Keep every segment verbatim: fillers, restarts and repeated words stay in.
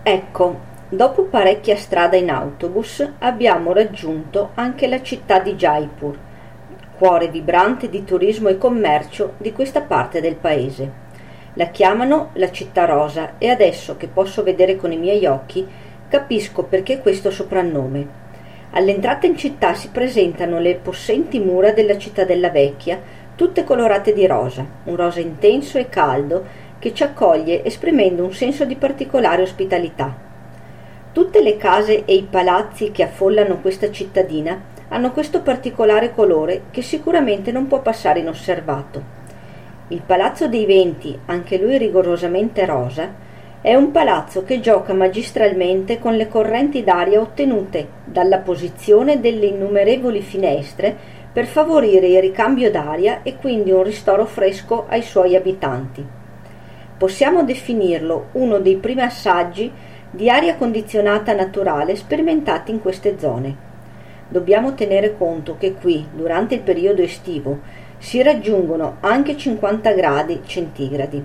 Ecco, dopo parecchia strada in autobus abbiamo raggiunto anche la città di Jaipur, cuore vibrante di turismo e commercio di questa parte del paese. La chiamano la città rosa e adesso che posso vedere con i miei occhi capisco perché questo soprannome. All'entrata in città si presentano le possenti mura della cittadella vecchia, tutte colorate di rosa, un rosa intenso e caldo che ci accoglie esprimendo un senso di particolare ospitalità. Tutte le case e i palazzi che affollano questa cittadina hanno questo particolare colore che sicuramente non può passare inosservato. Il Palazzo dei Venti, anche lui rigorosamente rosa, è un palazzo che gioca magistralmente con le correnti d'aria ottenute dalla posizione delle innumerevoli finestre per favorire il ricambio d'aria e quindi un ristoro fresco ai suoi abitanti. Possiamo definirlo uno dei primi assaggi di aria condizionata naturale sperimentati in queste zone. Dobbiamo tenere conto che qui, durante il periodo estivo, si raggiungono anche cinquanta gradi centigradi.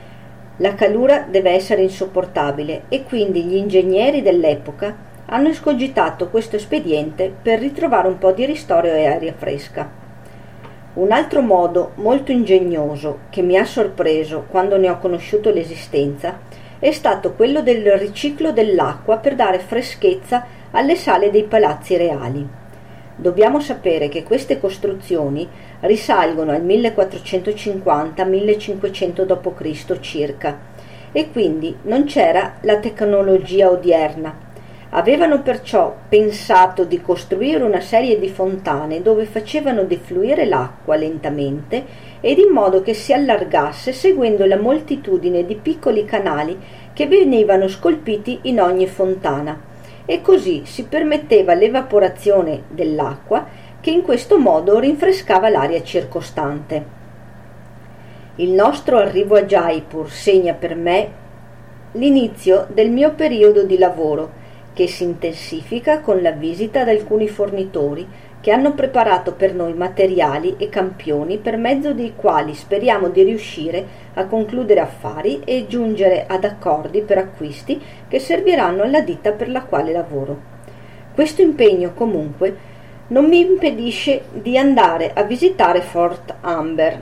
La calura deve essere insopportabile e quindi gli ingegneri dell'epoca hanno escogitato questo espediente per ritrovare un po' di ristoro e aria fresca. Un altro modo molto ingegnoso che mi ha sorpreso quando ne ho conosciuto l'esistenza è stato quello del riciclo dell'acqua per dare freschezza alle sale dei palazzi reali. Dobbiamo sapere che queste costruzioni risalgono al millequattrocentocinquanta millecinquecento dopo Cristo circa e quindi non c'era la tecnologia odierna. Avevano perciò pensato di costruire una serie di fontane dove facevano defluire l'acqua lentamente ed in modo che si allargasse seguendo la moltitudine di piccoli canali che venivano scolpiti in ogni fontana e così si permetteva l'evaporazione dell'acqua che in questo modo rinfrescava l'aria circostante. Il nostro arrivo a Jaipur segna per me l'inizio del mio periodo di lavoro che si intensifica con la visita ad alcuni fornitori che hanno preparato per noi materiali e campioni per mezzo dei quali speriamo di riuscire a concludere affari e giungere ad accordi per acquisti che serviranno alla ditta per la quale lavoro. Questo impegno comunque non mi impedisce di andare a visitare Fort Amber.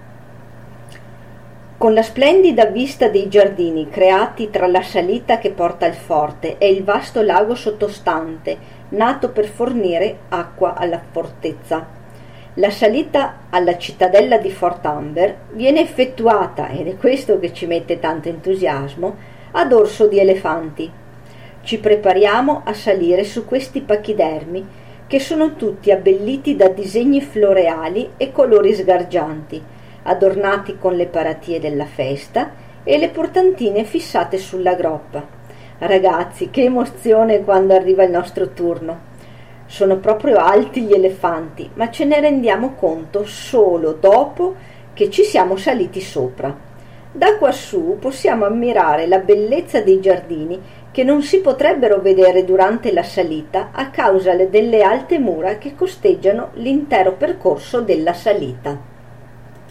Con la splendida vista dei giardini creati tra la salita che porta al forte e il vasto lago sottostante, nato per fornire acqua alla fortezza. La salita alla cittadella di Fort Amber viene effettuata, ed è questo che ci mette tanto entusiasmo, a dorso di elefanti. Ci prepariamo a salire su questi pachidermi che sono tutti abbelliti da disegni floreali e colori sgargianti, adornati con le paratie della festa e le portantine fissate sulla groppa. Ragazzi, che emozione quando arriva il nostro turno! Sono proprio alti gli elefanti, ma ce ne rendiamo conto solo dopo che ci siamo saliti sopra. Da quassù possiamo ammirare la bellezza dei giardini che non si potrebbero vedere durante la salita a causa delle alte mura che costeggiano l'intero percorso della salita.